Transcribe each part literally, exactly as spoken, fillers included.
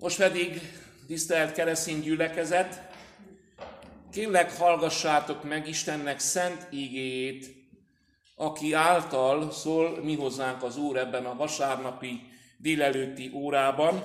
Most pedig, tisztelt keresztény gyülekezet, kérlek hallgassátok meg Istennek szent igéjét, aki által szól mi hozzánk az Úr ebben a vasárnapi délelőtti órában,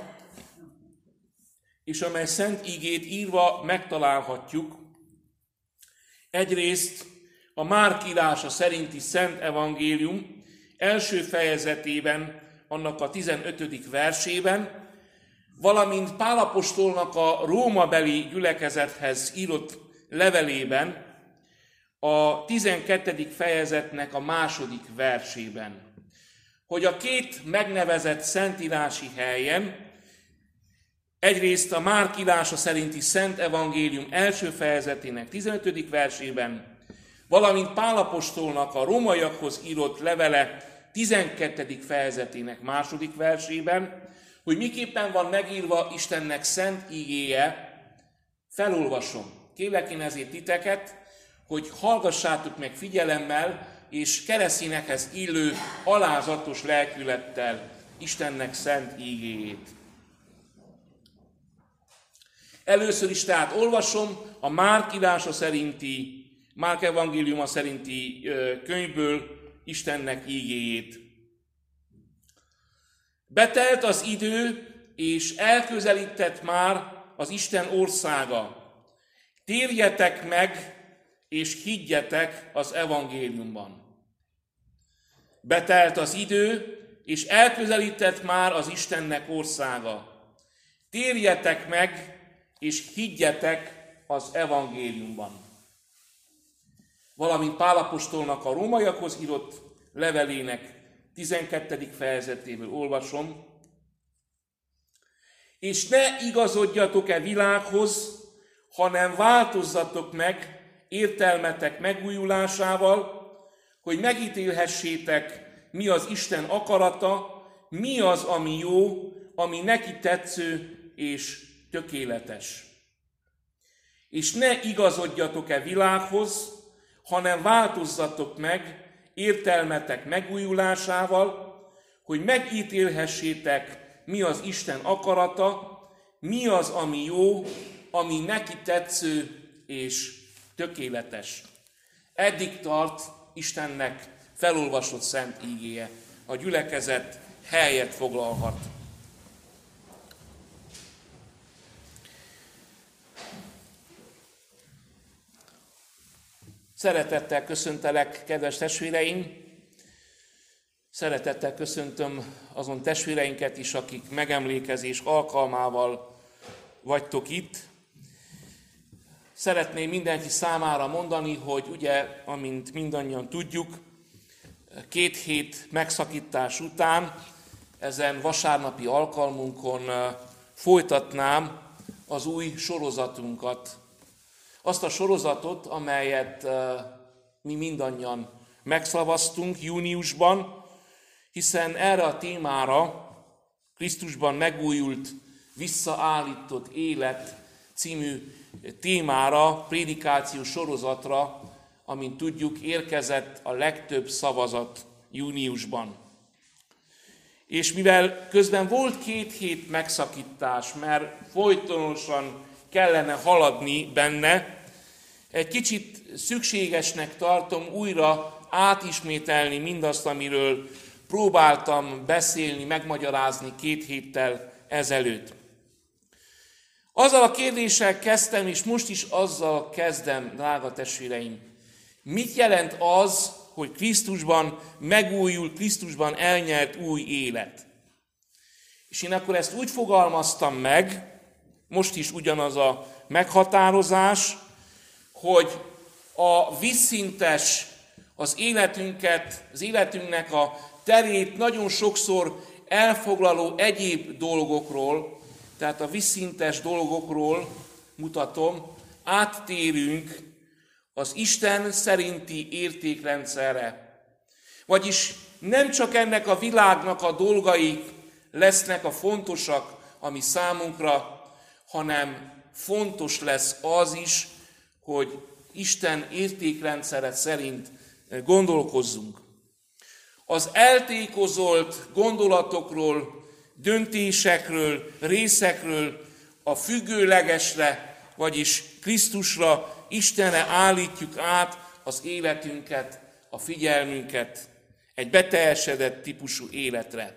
és amely szent igét írva megtalálhatjuk egyrészt a Márk írása szerinti Szent Evangélium első fejezetében, annak a tizenötödik versében, valamint Pál apostolnak a rómabeli gyülekezethez írott levelében, a tizenkettedik fejezetnek a második versében, hogy a két megnevezett szentírási helyen, egyrészt a Márk írása szerinti Szent Evangélium első fejezetének tizenötödik versében, valamint Pál apostolnak a rómaiakhoz írott levele tizenkettedik fejezetének második versében, hogy miképpen van megírva Istennek szent igéje, felolvasom. Kérlek én ezért titeket, hogy hallgassátok meg figyelemmel, és keresztényekhez illő alázatos lelkülettel Istennek szent igéjét. Először is tehát olvasom a Márk írása szerinti, Márk evangéliuma szerinti könyvből Istennek igéjét. Betelt az idő, és elközelített már az Isten országa. Térjetek meg, és higgyetek az evangéliumban. Betelt az idő, és elközelített már az Istennek országa. Térjetek meg, és higgyetek az evangéliumban. Valamint Pál apostolnak a rómaiakhoz írott levelének tizenkettedik fejezetéből olvasom. És ne igazodjatok-e világhoz, hanem változzatok meg értelmetek megújulásával, hogy megítélhessétek, mi az Isten akarata, mi az, ami jó, ami neki tetsző és tökéletes. És ne igazodjatok-e világhoz, hanem változzatok meg értelmetek megújulásával, hogy megítélhessétek, mi az Isten akarata, mi az, ami jó, ami neki tetsző és tökéletes. Eddig tart Istennek felolvasott szent ígéje. A gyülekezet helyet foglalhat. Szeretettel köszöntelek, kedves testvéreim! Szeretettel köszöntöm azon testvéreinket is, akik megemlékezés alkalmával vagytok itt. Szeretném mindenki számára mondani, hogy ugye, amint mindannyian tudjuk, két hét megszakítás után ezen vasárnapi alkalmunkon folytatnám az új sorozatunkat. Azt a sorozatot, amelyet mi mindannyian megszavaztunk júniusban, hiszen erre a témára, Krisztusban megújult, visszaállított élet című témára, prédikáció sorozatra, amint tudjuk, érkezett a legtöbb szavazat júniusban. És mivel közben volt két hét megszakítás, mert folytonosan kellene haladni benne, egy kicsit szükségesnek tartom újra átismételni mindazt, amiről próbáltam beszélni, megmagyarázni két héttel ezelőtt. Azzal a kérdéssel kezdtem, és most is azzal kezdem, drága testvéreim. Mit jelent az, hogy Krisztusban megújult, Krisztusban elnyert új élet? És én akkor ezt úgy fogalmaztam meg, most is ugyanaz a meghatározás, hogy a vízszintes, az életünket, az életünknek a terét nagyon sokszor elfoglaló egyéb dolgokról, tehát a vízszintes dolgokról mutatom, áttérünk az Isten szerinti értékrendszerre. Vagyis nem csak ennek a világnak a dolgai lesznek a fontosak, ami számunkra, hanem fontos lesz az is, hogy Isten értékrendszere szerint gondolkozzunk. Az eltékozolt gondolatokról döntésekről, részekről a függőlegesre, vagyis Krisztusra, Istenre állítjuk át az életünket, a figyelmünket egy beteljesedett típusú életre.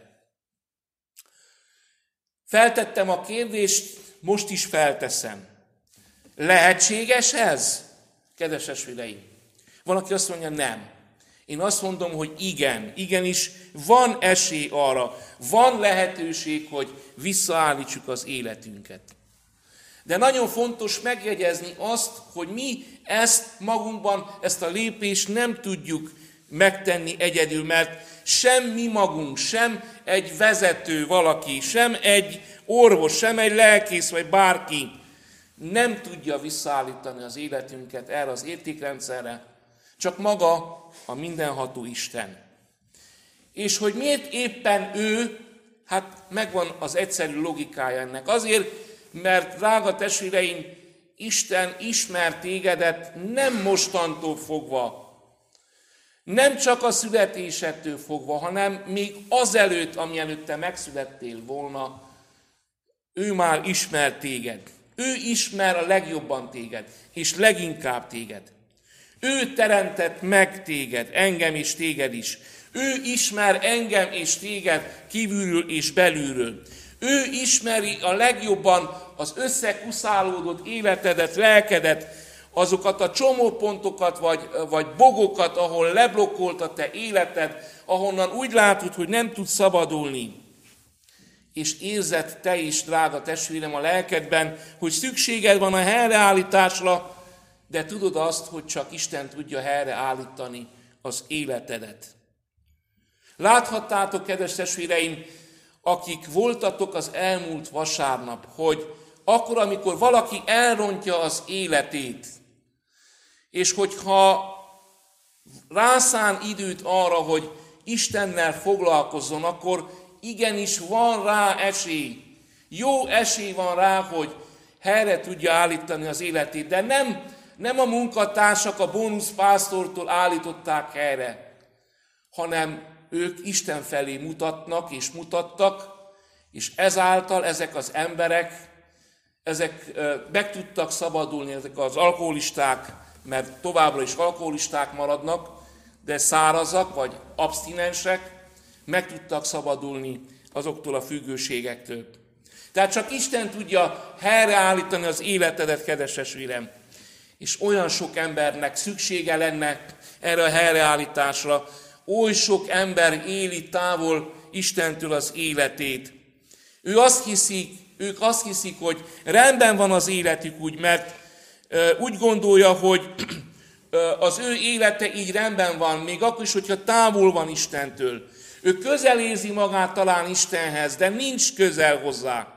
Feltettem a kérdést, most is felteszem. Lehetséges ez? Kedves testvéreim, van, aki azt mondja, nem. Én azt mondom, hogy igen, igenis van esély arra, van lehetőség, hogy visszaállítsuk az életünket. De nagyon fontos megjegyezni azt, hogy mi ezt magunkban, ezt a lépést nem tudjuk megtenni egyedül, mert sem mi magunk, sem egy vezető valaki, sem egy orvos, sem egy lelkész vagy bárki nem tudja visszaállítani az életünket erre az értékrendszerre, csak maga a mindenható Isten. És hogy miért éppen ő, hát megvan az egyszerű logikája ennek. Azért, mert drága testvéreim, Isten ismer tégedet nem mostantól fogva, nem csak a születésettől fogva, hanem még azelőtt, ami előtte megszülettél volna, ő már ismer téged. Ő ismer a legjobban téged, és leginkább téged. Ő teremtett meg téged, engem és téged is. Ő ismer engem és téged kívülről és belülről. Ő ismeri a legjobban az összekuszálódott életedet, lelkedet, azokat a csomópontokat vagy, vagy bogokat, ahol leblokkolt a te életed, ahonnan úgy látod, hogy nem tudsz szabadulni. És érzed te is, drága testvérem, a lelkedben, hogy szükséged van a helyreállításra, de tudod azt, hogy csak Isten tudja helyreállítani az életedet. Láthattátok, kedves testvéreim, akik voltatok az elmúlt vasárnap, hogy akkor, amikor valaki elrontja az életét, és hogyha rászán időt arra, hogy Istennel foglalkozzon, akkor igenis van rá esély. Jó esély van rá, hogy helyre tudja állítani az életét, de nem, nem a munkatársak a bónuszpásztortól állították helyre, hanem ők Isten felé mutatnak és mutattak, és ezáltal ezek az emberek, ezek meg tudtak szabadulni, ezek az alkoholisták, mert továbbra is alkoholisták maradnak, de szárazak vagy abstinensek, meg tudtak szabadulni azoktól a függőségektől. Tehát csak Isten tudja helyreállítani az életedet, kedves testvérem. És olyan sok embernek szüksége lenne erre a helyreállításra, oly sok ember éli távol Istentől az életét. Ő azt hiszik, ők azt hiszik, hogy rendben van az életük úgy, mert uh, úgy gondolja, hogy uh, az ő élete így rendben van, még akkor is, hogyha távol van Istentől. Ő közel érzi magát talán Istenhez, de nincs közel hozzá.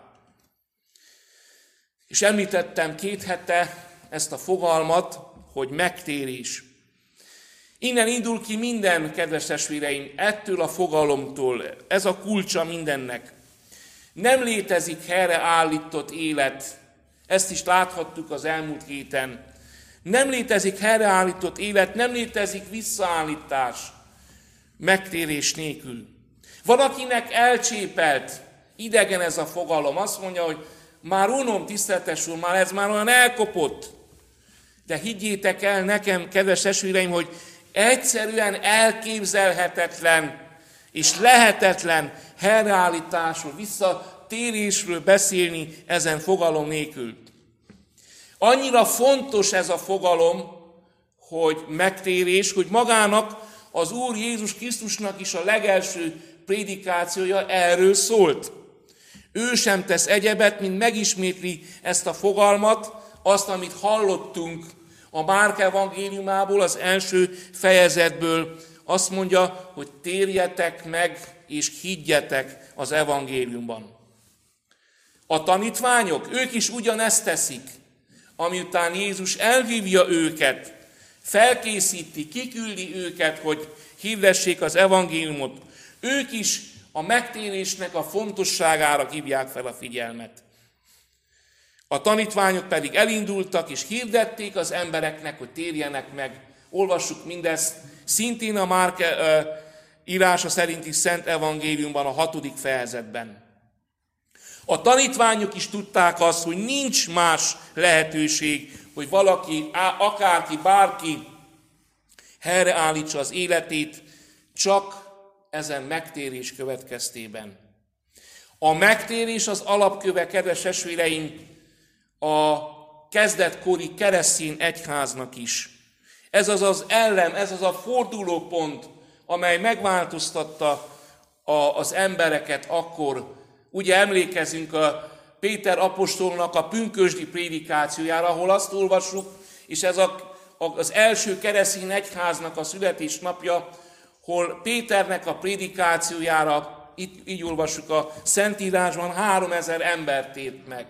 És említettem két hete ezt a fogalmat, hogy megtérés. Innen indul ki minden, kedves testvéreim, ettől a fogalomtól. Ez a kulcsa mindennek. Nem létezik helyreállított élet. Ezt is láthattuk az elmúlt héten. Nem létezik helyreállított élet, nem létezik visszaállítás megtérés nélkül. Van, akinek elcsépelt, idegen ez a fogalom. Azt mondja, hogy már unom, tiszteletes úr, már ez már olyan elkopott. De higgyétek el nekem, kedves testvéreim, hogy egyszerűen elképzelhetetlen és lehetetlen helyreállításról, visszatérésről beszélni ezen fogalom nélkül. Annyira fontos ez a fogalom, hogy megtérés, hogy magának az Úr Jézus Krisztusnak is a legelső prédikációja erről szólt. Ő sem tesz egyebet, mint megismétli ezt a fogalmat, azt, amit hallottunk a Márk evangéliumából, az első fejezetből. Azt mondja, hogy térjetek meg és higgyetek az evangéliumban. A tanítványok, ők is ugyanezt teszik, amiután Jézus elhívja őket, felkészíti, kiküldi őket, hogy hirdessék az evangéliumot. Ők is a megtérésnek a fontosságára hívják fel a figyelmet. A tanítványok pedig elindultak és hirdették az embereknek, hogy térjenek meg. Olvassuk mindezt szintén a Márk írása szerinti Szent Evangéliumban, a hatodik fejezetben. A tanítványok is tudták azt, hogy nincs más lehetőség, hogy valaki, akárki, bárki helyreállítsa az életét, csak ezen megtérés következtében. A megtérés az alapköve, kedves testvéreim, a kezdetkori keresztény egyháznak is. Ez az az ellen, ez az a fordulópont, amely megváltoztatta a, az embereket akkor. Ugye emlékezünk a Péter apostolnak a pünkösdi prédikációjára, ahol azt olvassuk, és ez a, az első keresztény egyháznak a születésnapja, hol Péternek a prédikációjára, itt így olvassuk a Szentírásban, háromezer ember tért meg.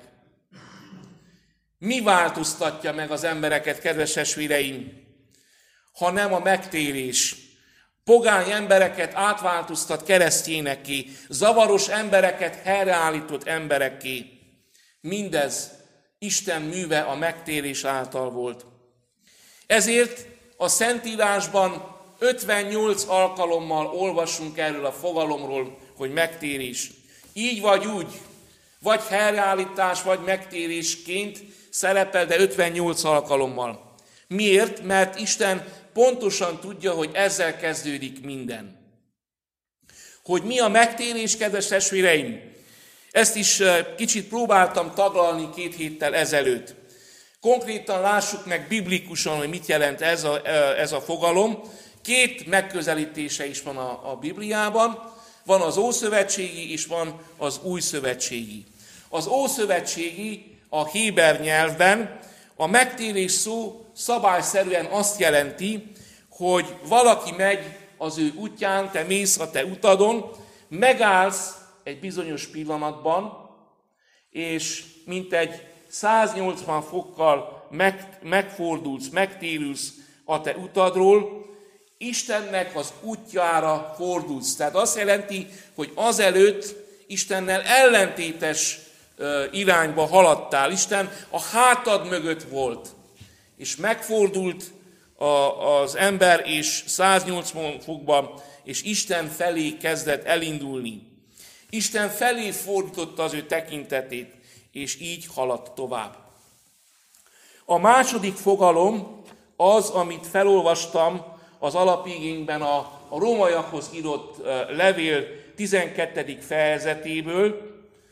Mi változtatja meg az embereket, kedves testvéreim, ha nem a megtérés? Pogány embereket átváltoztat keresztényekké, zavaros embereket helyreállított emberekké. Mindez Isten műve a megtérés által volt. Ezért a Szentírásban ötvennyolc alkalommal olvasunk erről a fogalomról, hogy megtérés. Így vagy úgy, vagy helyreállítás, vagy megtérésként szerepel, de ötvennyolc alkalommal. Miért? Mert Isten pontosan tudja, hogy ezzel kezdődik minden. Hogy mi a megtérés, kedves testvéreim? Ezt is kicsit próbáltam taglalni két héttel ezelőtt. Konkrétan lássuk meg biblikusan, hogy mit jelent ez a, ez a fogalom. Két megközelítése is van a, a Bibliában. Van az ószövetségi, és van az újszövetségi. Az ószövetségi, a héber nyelvben a megtérés szó szabályszerűen azt jelenti, hogy valaki megy az ő útján, te mész a te utadon, megállsz egy bizonyos pillanatban, és mintegy száznyolcvan fokkal meg, megfordulsz, megtérülsz a te utadról, Istennek az útjára fordulsz. Tehát azt jelenti, hogy azelőtt Istennel ellentétes irányba haladtál. Isten a hátad mögött volt, és megfordult az ember, és száznyolcvan fokban, és Isten felé kezdett elindulni. Isten felé fordította az ő tekintetét, és így haladt tovább. A második fogalom az, amit felolvastam az alapigényben a, a rómaiakhoz írott levél tizenkettedik fejezetéből,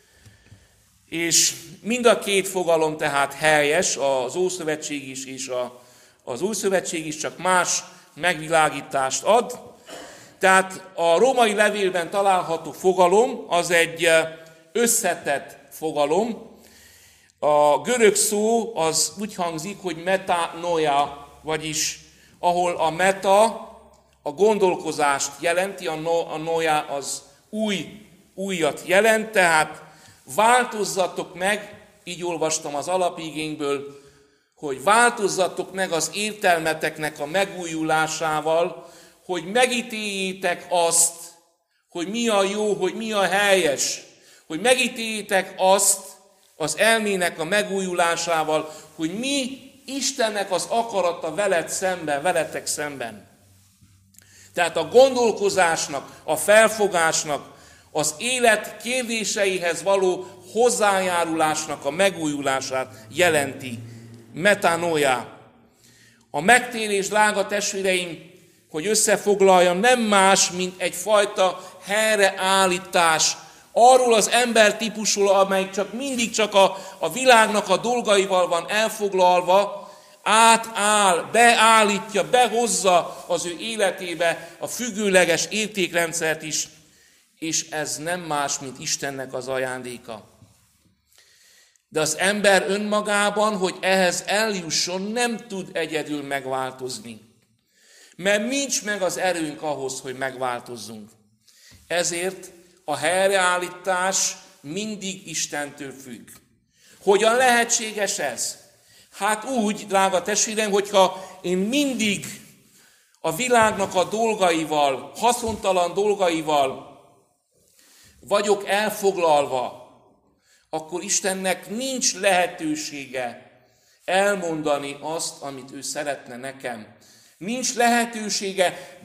és mind a két fogalom tehát helyes, az Ószövetség is és a, az Újszövetség is, csak más megvilágítást ad. Tehát a római levélben található fogalom az egy összetett fogalom. A görög szó az úgy hangzik, hogy metanoia, vagyis ahol a meta a gondolkozást jelenti, a, no, a noia az új, újat jelent, tehát változzatok meg, így olvastam az alapigényből, hogy változzatok meg az értelmeteknek a megújulásával, hogy megítéljétek azt, hogy mi a jó, hogy mi a helyes, hogy megítéljétek azt az elmének a megújulásával, hogy mi Istennek az akarata veled szemben, veletek szemben. Tehát a gondolkozásnak, a felfogásnak, az élet kérdéseihez való hozzájárulásnak a megújulását jelenti. Metanoia. A megtérés, drága testvéreim, hogy összefoglaljam, nem más, mint egyfajta helyreállítás arról az embertípusról, amely csak mindig csak a, a világnak a dolgaival van elfoglalva, átáll, beállítja, behozza az ő életébe a függőleges értékrendszert is, és ez nem más, mint Istennek az ajándéka. De az ember önmagában, hogy ehhez eljusson, nem tud egyedül megváltozni. Mert nincs meg az erőnk ahhoz, hogy megváltozzunk. Ezért a helyreállítás mindig Istentől függ. Hogyan lehetséges ez? Hát úgy, drága testvérem, hogyha én mindig a világnak a dolgaival, haszontalan dolgaival vagyok elfoglalva, akkor Istennek nincs lehetősége elmondani azt, amit ő szeretne nekem. Nincs lehetősége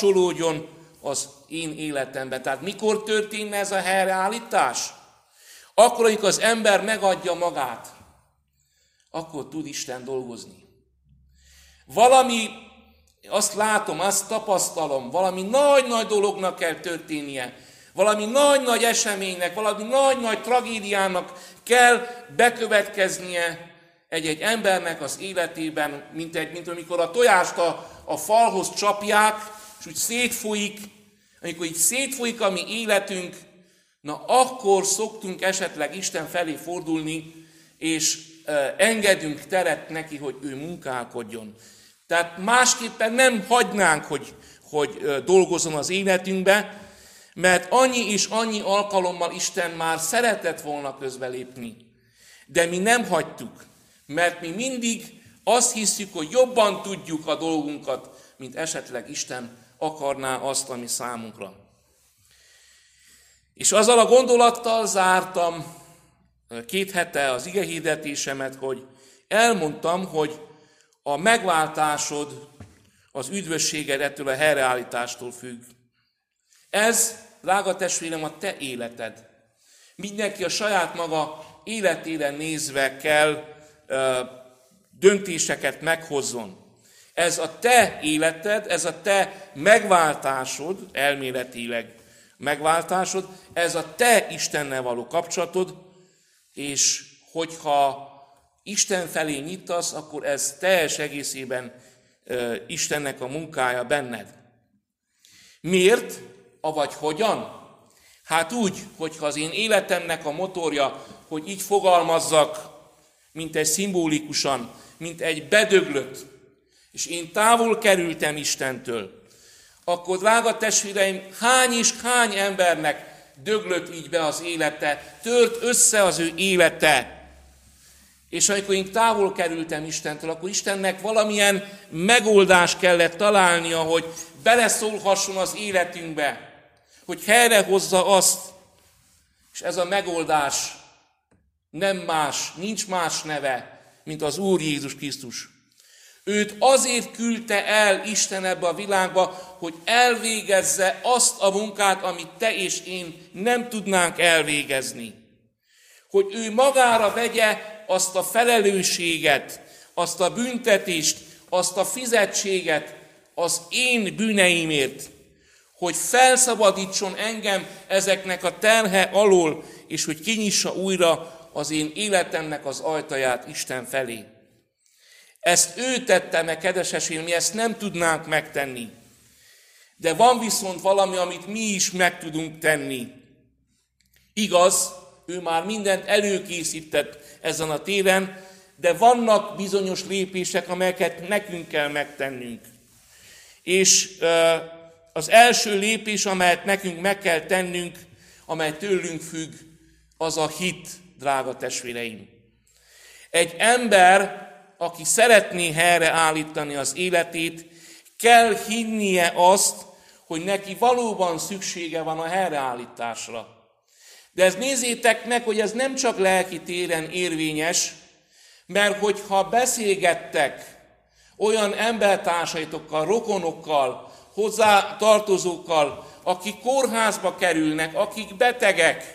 bekapcsolódjon az én életembe. Tehát mikor történne ez a helyreállítás? Akkor, amikor az ember megadja magát, akkor tud Isten dolgozni. Valami, azt látom, azt tapasztalom, valami nagy-nagy dolognak kell történnie, valami nagy-nagy eseménynek, valami nagy-nagy tragédiának kell bekövetkeznie egy-egy embernek az életében, mint, egy, mint amikor a tojást a, a falhoz csapják, és úgy szétfolyik, amikor így szétfolyik a mi életünk, na akkor szoktunk esetleg Isten felé fordulni, és e, engedünk teret neki, hogy ő munkálkodjon. Tehát másképpen nem hagynánk, hogy, hogy e, dolgozzon az életünkbe, mert annyi és annyi alkalommal Isten már szeretett volna közbelépni. De mi nem hagytuk, mert mi mindig azt hiszük, hogy jobban tudjuk a dolgunkat, mint esetleg Isten akarná azt, ami számunkra. És azzal a gondolattal zártam két hete az igehirdetésemet, hogy elmondtam, hogy a megváltásod, az üdvösséged ettől a helyreállítástól függ. Ez, drága testvérem, a te életed. Mindenki a saját maga életére nézve kell ö, döntéseket meghozzon. Ez a te életed, ez a te megváltásod, elméletileg megváltásod, ez a te Istennel való kapcsolatod, és hogyha Isten felé nyitasz, akkor ez teljes egészében ö, Istennek a munkája benned. Miért? Avagy hogyan? Hát úgy, hogyha az én életemnek a motorja, hogy így fogalmazzak, mint egy szimbolikusan, mint egy bedöglött, és én távol kerültem Istentől, akkor, drága testvéreim, hány és hány embernek döglött így be az élete, tört össze az ő élete. És amikor én távol kerültem Istentől, akkor Istennek valamilyen megoldást kellett találnia, hogy beleszólhasson az életünkbe, hogy helyrehozza azt. És ez a megoldás nem más, nincs más neve, mint az Úr Jézus Krisztus. Őt azért küldte el Isten ebbe a világba, hogy elvégezze azt a munkát, amit te és én nem tudnánk elvégezni. Hogy ő magára vegye azt a felelősséget, azt a büntetést, azt a fizetséget az én bűneimért, hogy felszabadítson engem ezeknek a terhe alól, és hogy kinyissa újra az én életemnek az ajtaját Isten felé. Ezt ő tette meg, kedvesesém, mi ezt nem tudnánk megtenni. De van viszont valami, amit mi is meg tudunk tenni. Igaz, ő már mindent előkészített ezen a téren, de vannak bizonyos lépések, amelyeket nekünk kell megtennünk. És az első lépés, amelyet nekünk meg kell tennünk, amely tőlünk függ, az a hit, drága testvéreim. Egy ember, aki szeretné helyreállítani az életét, kell hinnie azt, hogy neki valóban szüksége van a helyreállításra. De ezt nézzétek meg, hogy ez nem csak lelki téren érvényes, mert hogyha beszélgettek olyan embertársaitokkal, rokonokkal, hozzá tartozókkal, akik kórházba kerülnek, akik betegek,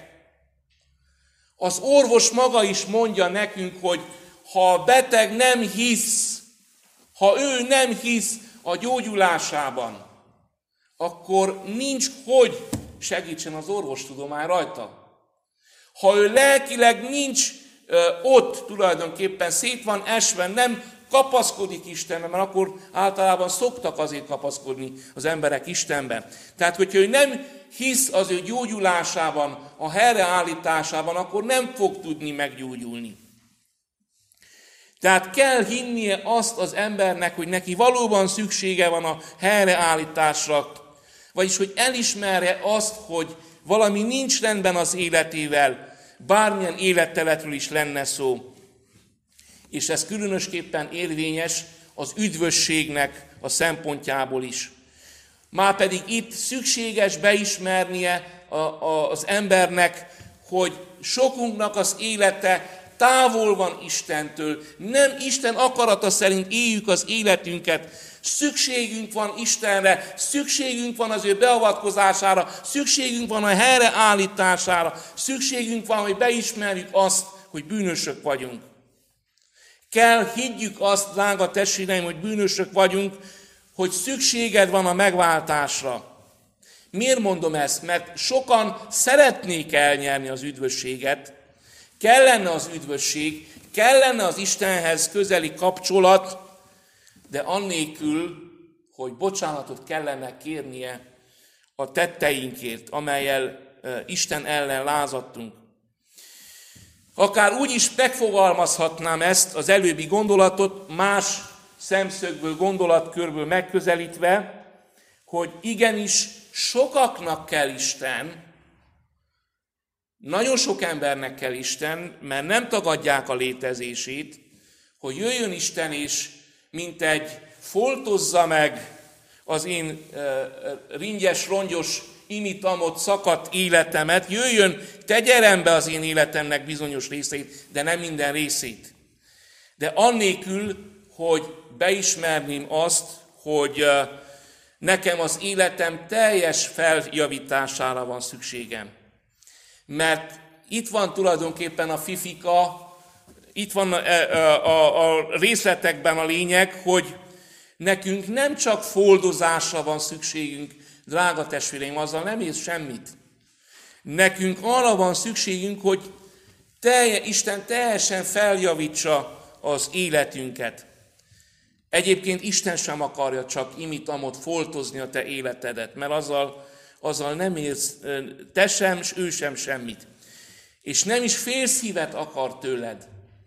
az orvos maga is mondja nekünk, hogy ha a beteg nem hisz, ha ő nem hisz a gyógyulásában, akkor nincs hogy segítsen az orvostudomány rajta. Ha ő lelkileg nincs ö, ott tulajdonképpen, szét van esve, nem kapaszkodik Istenben, mert akkor általában szoktak azért kapaszkodni az emberek Istenben. Tehát, hogyha ő nem hisz az ő gyógyulásában, a helyreállításában, akkor nem fog tudni meggyógyulni. Tehát kell hinnie azt az embernek, hogy neki valóban szüksége van a helyreállításra, vagyis hogy elismerje azt, hogy valami nincs rendben az életével, bármilyen életteletről is lenne szó. És ez különösképpen érvényes az üdvösségnek a szempontjából is. Márpedig itt szükséges beismernie a, a, az embernek, hogy sokunknak az élete távol van Istentől, nem Isten akarata szerint éljük az életünket. Szükségünk van Istenre, szükségünk van az ő beavatkozására, szükségünk van a helyreállítására, szükségünk van, hogy beismerjük azt, hogy bűnösök vagyunk. Kell higgyük azt, drága testvéreim, hogy bűnösök vagyunk, hogy szükséged van a megváltásra. Miért mondom ezt? Mert sokan szeretnék elnyerni az üdvösséget, kellene az üdvösség, kellene az Istenhez közeli kapcsolat, de annélkül, hogy bocsánatot kellene kérnie a tetteinkért, amellyel Isten ellen lázadtunk. Akár úgy is megfogalmazhatnám ezt az előbbi gondolatot, más szemszögből, gondolatkörből megközelítve, hogy igenis sokaknak kell Isten, nagyon sok embernek kell Isten, mert nem tagadják a létezését, hogy jöjjön Isten és mint egy foltozza meg az én ringyes, rongyos, imitamot, szakadt életemet, jöjjön, tegye rendbe az én életemnek bizonyos részeit, de nem minden részét. De annélkül, hogy beismerném azt, hogy nekem az életem teljes feljavítására van szükségem. Mert itt van tulajdonképpen a fifika, itt van a, a, a részletekben a lényeg, hogy nekünk nem csak foldozásra van szükségünk, drága testvéreim, azzal nem ér semmit. Nekünk arra van szükségünk, hogy telje, Isten teljesen feljavítsa az életünket. Egyébként Isten sem akarja csak imitamot foltozni a te életedet, mert azzal, azzal nem érsz te sem, és ő sem semmit. És nem is félszívet akar tőled,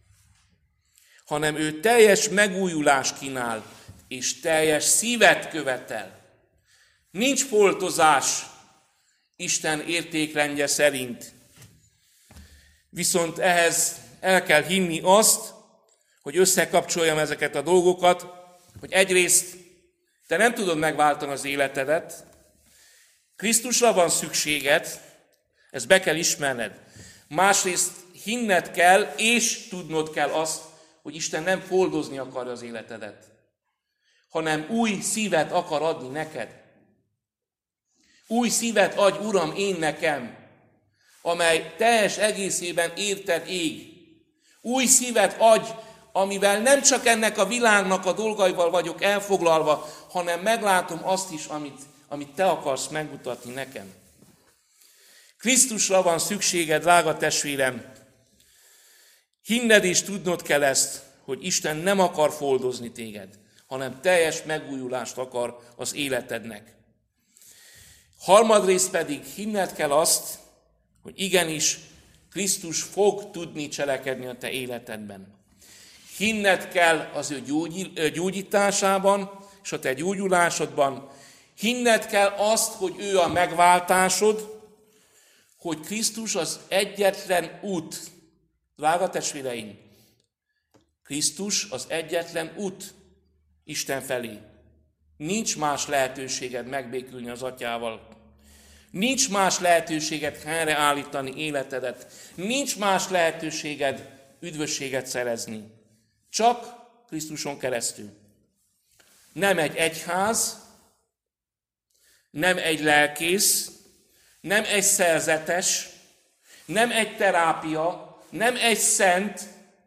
hanem ő teljes megújulást kínál, és teljes szívet követel. Nincs foltozás Isten értékrendje szerint. Viszont ehhez el kell hinni azt, hogy összekapcsoljam ezeket a dolgokat, hogy egyrészt te nem tudod megváltani az életedet, Krisztusra van szükséged, ezt be kell ismerned. Másrészt hinned kell, és tudnod kell azt, hogy Isten nem foldozni akarja az életedet, hanem új szívet akar adni neked. Új szívet adj, Uram, én nekem, amely teljes egészében érted ég. Új szívet adj, amivel nem csak ennek a világnak a dolgaival vagyok elfoglalva, hanem meglátom azt is, amit, amit te akarsz megmutatni nekem. Krisztusra van szükséged, drága testvérem. Hinned és tudnod kell ezt, hogy Isten nem akar foldozni téged, hanem teljes megújulást akar az életednek. Harmadrészt pedig hinned kell azt, hogy igenis Krisztus fog tudni cselekedni a te életedben. Hinned kell az ő gyógyításában és a te gyógyulásodban. Hinned kell azt, hogy ő a megváltásod, hogy Krisztus az egyetlen út. Drága testvéreim, Krisztus az egyetlen út Isten felé. Nincs más lehetőséged megbékülni az Atyával. Nincs más lehetőséged helyreállítani életedet. Nincs más lehetőséged üdvösséget szerezni. Csak Krisztuson keresztül. Nem egy egyház, nem egy lelkész, nem egy szerzetes, nem egy terápia, nem egy szent,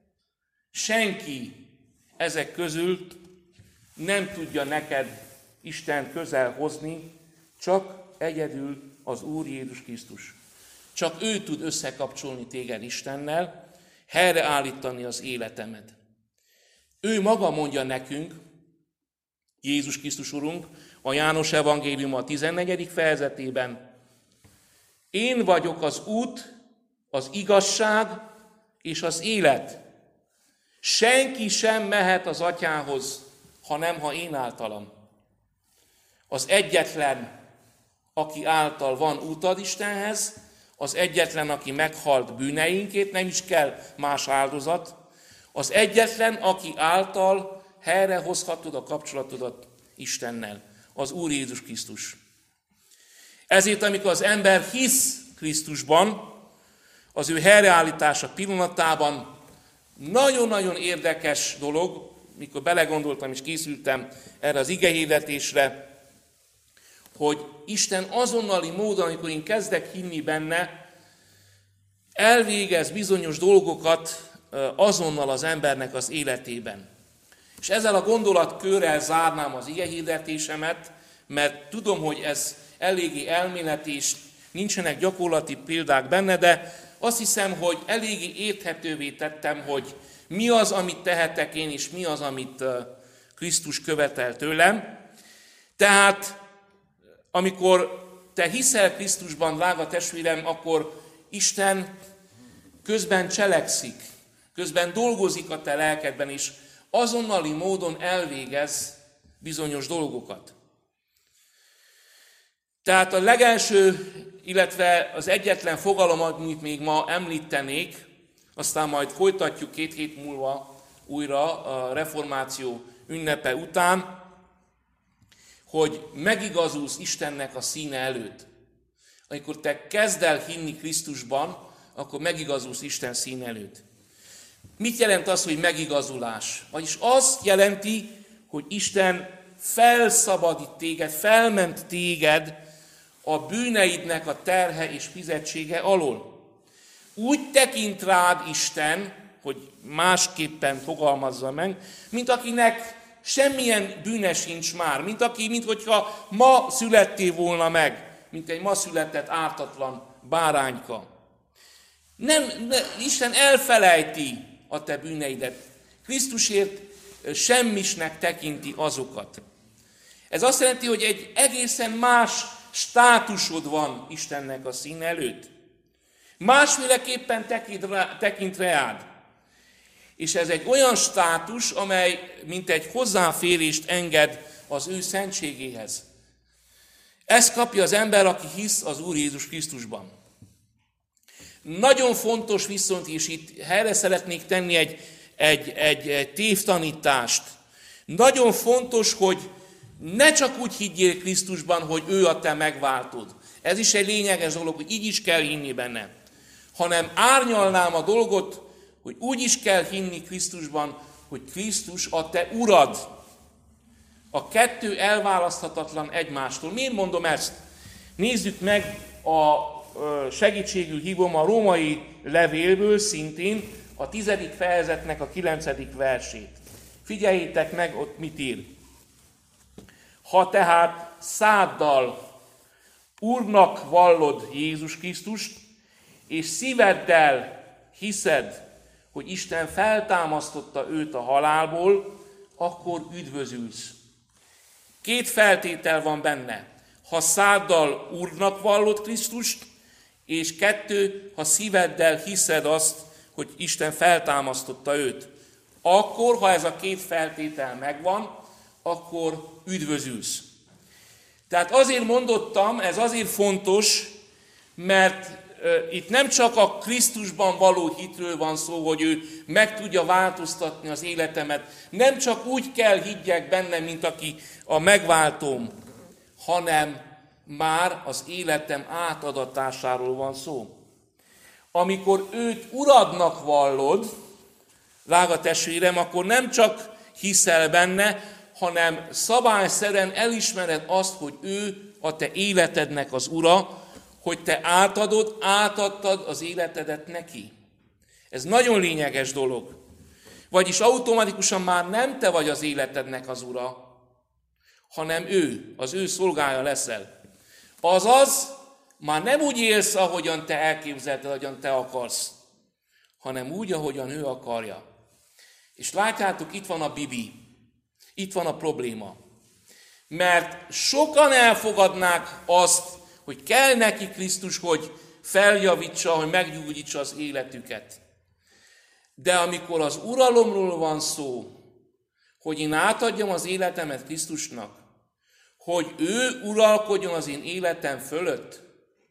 senki ezek közül nem tudja neked Isten közel hozni, csak egyedül az Úr Jézus Krisztus. Csak ő tud összekapcsolni téged Istennel, helyreállítani az életemet. Ő maga mondja nekünk, Jézus Krisztus Urunk, a János Evangélium a tizennegyedik fejezetében, én vagyok az út, az igazság és az élet. Senki sem mehet az Atyához, hanem ha én általam. Az egyetlen, aki által van útad Istenhez, az egyetlen, aki meghalt bűneinkét, nem is kell más áldozat, az egyetlen, aki által helyrehozhatod a kapcsolatodat Istennel, az Úr Jézus Krisztus. Ezért, amikor az ember hisz Krisztusban, az ő helyreállítása pillanatában, Nagyon-nagyon érdekes dolog, mikor belegondoltam és készültem erre az igehirdetésre, hogy Isten azonnali módon, amikor én kezdek hinni benne, elvégez bizonyos dolgokat azonnal az embernek az életében. És ezzel a gondolatkörrel zárnám az igehirdetésemet, mert tudom, hogy ez eléggé elméleti, és nincsenek gyakorlati példák benne, de azt hiszem, hogy eléggé érthetővé tettem, hogy mi az, amit tehetek én, és mi az, amit Krisztus követel tőlem. Tehát, amikor te hiszel Krisztusban, drága testvérem, akkor Isten közben cselekszik, közben dolgozik a te lelkedben, és azonnali módon elvégez bizonyos dolgokat. Tehát a legelső, illetve az egyetlen fogalom, amit még ma említenék, aztán majd folytatjuk két hét múlva újra a reformáció ünnepe után, hogy megigazulsz Istennek a színe előtt. Amikor te kezd el hinni Krisztusban, akkor megigazulsz Isten színe előtt. Mit jelent az, hogy megigazulás? Vagyis azt jelenti, hogy Isten felszabadít téged, felment téged a bűneidnek a terhe és fizetsége alól. Úgy tekint rád Isten, hogy másképpen fogalmazza meg, mint akinek semmilyen bűne sincs már, mint aki, mint hogyha ma születtél volna meg, mint egy ma született ártatlan bárányka. Nem, ne, Isten elfelejti a te bűneidet. Krisztusért semmisnek tekinti azokat. Ez azt jelenti, hogy egy egészen más státusod van Istennek a színe előtt. Másféleképpen tekint, rá, tekint reád. És ez egy olyan státus, amely mint egy hozzáférést enged az ő szentségéhez. Ezt kapja az ember, aki hisz az Úr Jézus Krisztusban. Nagyon fontos viszont, és itt helyre szeretnék tenni egy, egy, egy, egy tévtanítást. Nagyon fontos, hogy ne csak úgy higgyél Krisztusban, hogy ő a te megváltod. Ez is egy lényeges dolog, hogy így is kell hinni benne. Hanem árnyalnám a dolgot, hogy úgy is kell hinni Krisztusban, hogy Krisztus a te urad. A kettő elválaszthatatlan egymástól. Miért mondom ezt? Nézzük meg a segítségül hívom a római levélből szintén a tizedik fejezetnek a kilencedik versét. Figyeljétek meg, ott mit ír. Ha tehát száddal Úrnak vallod Jézus Krisztust, és szíveddel hiszed, hogy Isten feltámasztotta őt a halálból, akkor üdvözülsz. Két feltétel van benne. Ha száddal Úrnak vallod Krisztust, és kettő, ha szíveddel hiszed azt, hogy Isten feltámasztotta őt. Akkor, ha ez a két feltétel megvan, akkor üdvözülsz. Tehát azért mondottam, ez azért fontos, mert uh, itt nem csak a Krisztusban való hitről van szó, hogy ő meg tudja változtatni az életemet, nem csak úgy kell higgyek benne, mint aki a megváltóm, hanem már az életem átadatásáról van szó. Amikor őt uradnak vallod, drága testvérem, akkor nem csak hiszel benne, hanem szabályszerűen elismered azt, hogy ő a te életednek az ura, hogy te átadod, átadtad az életedet neki. Ez nagyon lényeges dolog. Vagyis automatikusan már nem te vagy az életednek az ura, hanem ő, az ő szolgája leszel. Azaz, már nem úgy élsz, ahogyan te elképzelted, ahogyan te akarsz, hanem úgy, ahogyan ő akarja. És látjátok, itt van a bibi, itt van a probléma. Mert sokan elfogadnák azt, hogy kell neki Krisztus, hogy feljavítsa, hogy meggyógyítsa az életüket. De amikor az uralomról van szó, hogy én átadjam az életemet Krisztusnak, hogy ő uralkodjon az én életem fölött,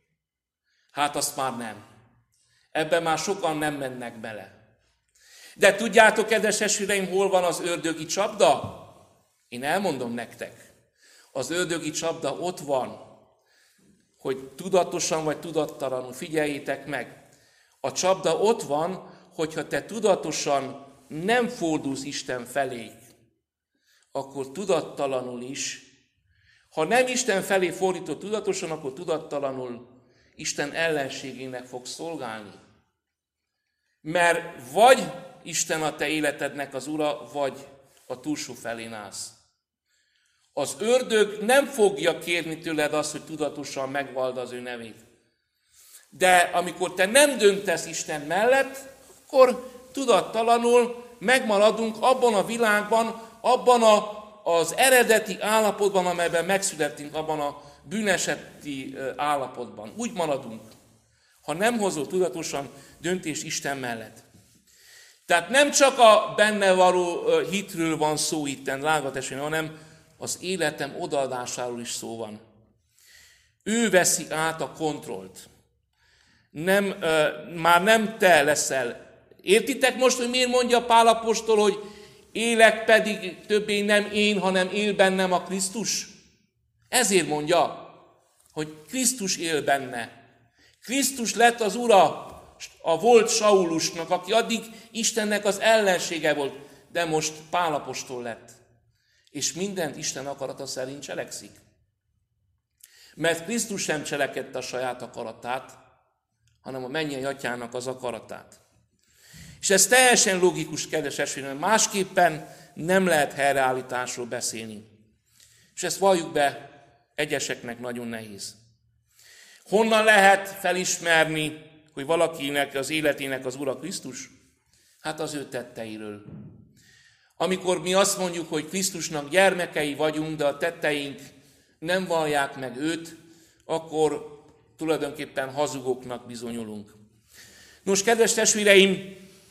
hát azt már nem. Ebben már sokan nem mennek bele. De tudjátok, kedves testvéreim, hol van az ördögi csapda? Én elmondom nektek. Az ördögi csapda ott van, hogy tudatosan vagy tudattalanul, figyeljétek meg. A csapda ott van, hogyha te tudatosan nem fordulsz Isten felé, akkor tudattalanul is, ha nem Isten felé fordítod tudatosan, akkor tudattalanul Isten ellenségének fogsz szolgálni. Mert vagy Isten a te életednek az ura, vagy a túlsó felén állsz. Az ördög nem fogja kérni tőled azt, hogy tudatosan megvald az ő nevét. De amikor te nem döntesz Isten mellett, akkor tudattalanul megmaradunk abban a világban, abban a, az eredeti állapotban, amelyben megszülettünk, abban a bűneseti állapotban. Úgy maradunk, ha nem hozol tudatosan döntést Isten mellett. Tehát nem csak a benne való hitről van szó itten, drága testvérem, hanem az életem odaadásáról is szó van. Ő veszi át a kontrollt. Nem, már nem te leszel. Értitek most, hogy miért mondja Pál apostol, hogy élek pedig többé nem én, hanem él bennem a Krisztus? Ezért mondja, hogy Krisztus él benne. Krisztus lett az ura a volt Saulusnak, aki addig Istennek az ellensége volt, de most Pál apostol lett. És mindent Isten akarata szerint cselekszik. Mert Krisztus sem cselekedte a saját akaratát, hanem a mennyei atyának az akaratát. És ez teljesen logikus, kedves testvérem, másképpen nem lehet helyreállításról beszélni. És ezt valljuk be, egyeseknek nagyon nehéz. Honnan lehet felismerni, hogy valakinek az életének az Ura Krisztus? Hát az ő tetteiről. Amikor mi azt mondjuk, hogy Krisztusnak gyermekei vagyunk, de a tetteink nem vallják meg őt, akkor tulajdonképpen hazugoknak bizonyulunk. Nos, kedves testvéreim,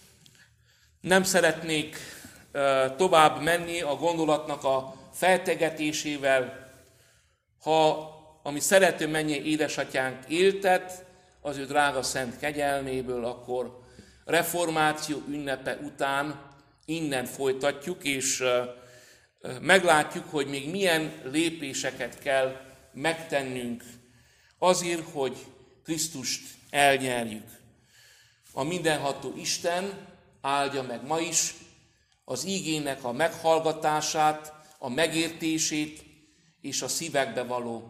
nem szeretnék uh, tovább menni a gondolatnak a feltegetésével, ha ami szerető mennyei édesatyánk éltet, az ő drága szent kegyelméből, akkor reformáció ünnepe után innen folytatjuk, és meglátjuk, hogy még milyen lépéseket kell megtennünk azért, hogy Krisztust elnyerjük. A mindenható Isten áldja meg ma is az ígének a meghallgatását, a megértését és a szívekbe való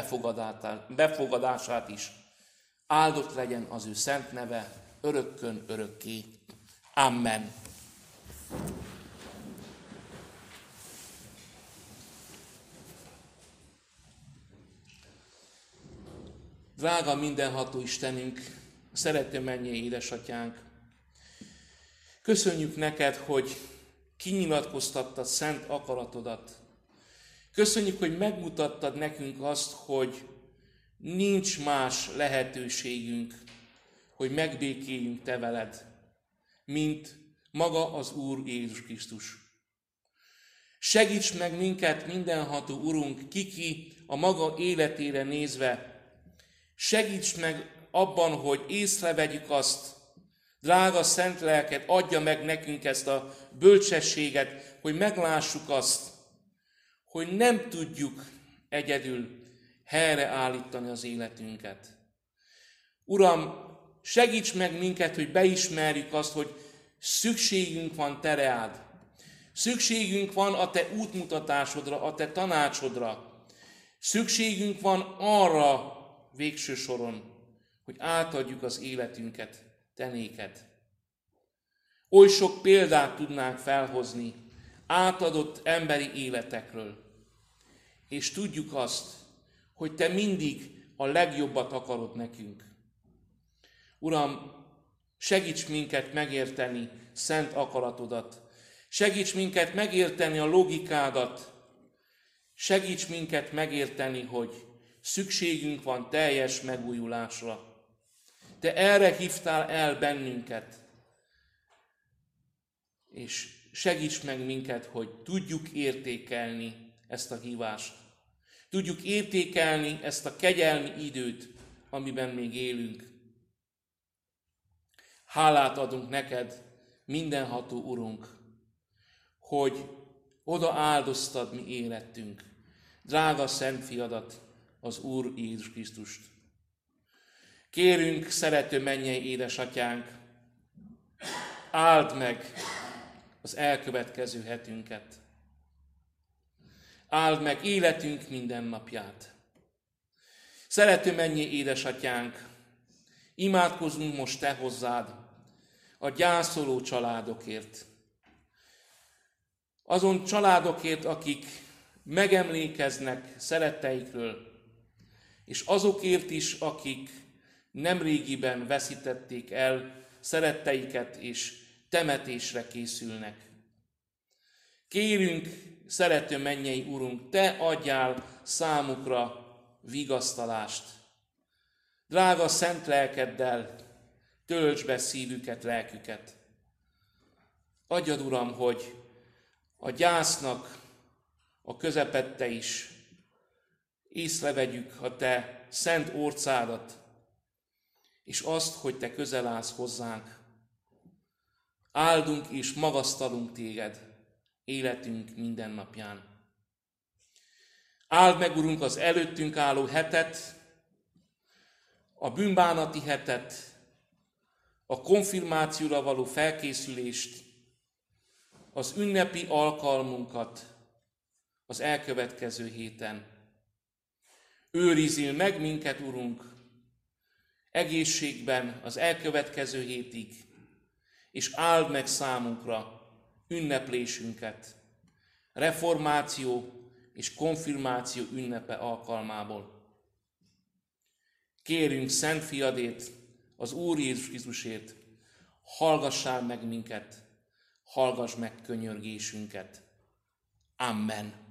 befogadását is. Áldott legyen az ő szent neve, örökkön örökké. Amen. Drága mindenható Istenünk, szerető mennyei édesatyánk, köszönjük neked, hogy kinyilatkoztattad szent akaratodat. Köszönjük, hogy megmutattad nekünk azt, hogy nincs más lehetőségünk, hogy megbékéljünk te veled, mint maga az Úr Jézus Krisztus. Segíts meg minket, mindenható Urunk, kiki a maga életére nézve. Segíts meg abban, hogy észrevegyük azt, drága szent lelked, adja meg nekünk ezt a bölcsességet, hogy meglássuk azt, hogy nem tudjuk egyedül helyreállítani az életünket. Uram, segíts meg minket, hogy beismerjük azt, hogy szükségünk van te reád. Szükségünk van a te útmutatásodra, a te tanácsodra. Szükségünk van arra végső soron, hogy átadjuk az életünket te néked. Oly sok példát tudnánk felhozni átadott emberi életekről, és tudjuk azt, hogy te mindig a legjobbat akarod nekünk. Uram, segíts minket megérteni szent akaratodat, segíts minket megérteni a logikádat, segíts minket megérteni, hogy szükségünk van teljes megújulásra. Te erre hívtál el bennünket, és segíts meg minket, hogy tudjuk értékelni ezt a hívást. Tudjuk értékelni ezt a kegyelmi időt, amiben még élünk. Hálát adunk neked, mindenható Urunk, hogy oda áldoztad mi életünk, drága szent fiadat, az Úr Jézus Krisztust. Kérünk, szerető mennyei édesatyánk, áld meg az elkövetkező hetünket. Áld meg életünk mindennapját. Szerető mennyi édesatyánk, imádkozunk most te hozzád a gyászoló családokért. Azon családokért, akik megemlékeznek szeretteikről, és azokért is, akik nemrégiben veszítették el szeretteiket, és temetésre készülnek. Kérünk, szerető mennyei Urunk, te adjál számukra vigasztalást. Drága szent lelkeddel töltsd be szívüket, lelküket. Adjad, Uram, hogy a gyásznak a közepette is észrevegyük a te szent orcádat, és azt, hogy te közel állsz hozzánk. Áldunk és magasztalunk téged életünk minden napján. Áld meg, Urunk, az előttünk álló hetet, a bűnbánati hetet, a konfirmációra való felkészülést, az ünnepi alkalmunkat az elkövetkező héten. Őrizzél meg minket, Urunk, egészségben az elkövetkező hétig, és áld meg számunkra ünneplésünket, reformáció és konfirmáció ünnepe alkalmából. Kérünk Szent Fiadét, az Úr Jézus Krisztusét, hallgassál meg minket, hallgass meg könyörgésünket. Amen.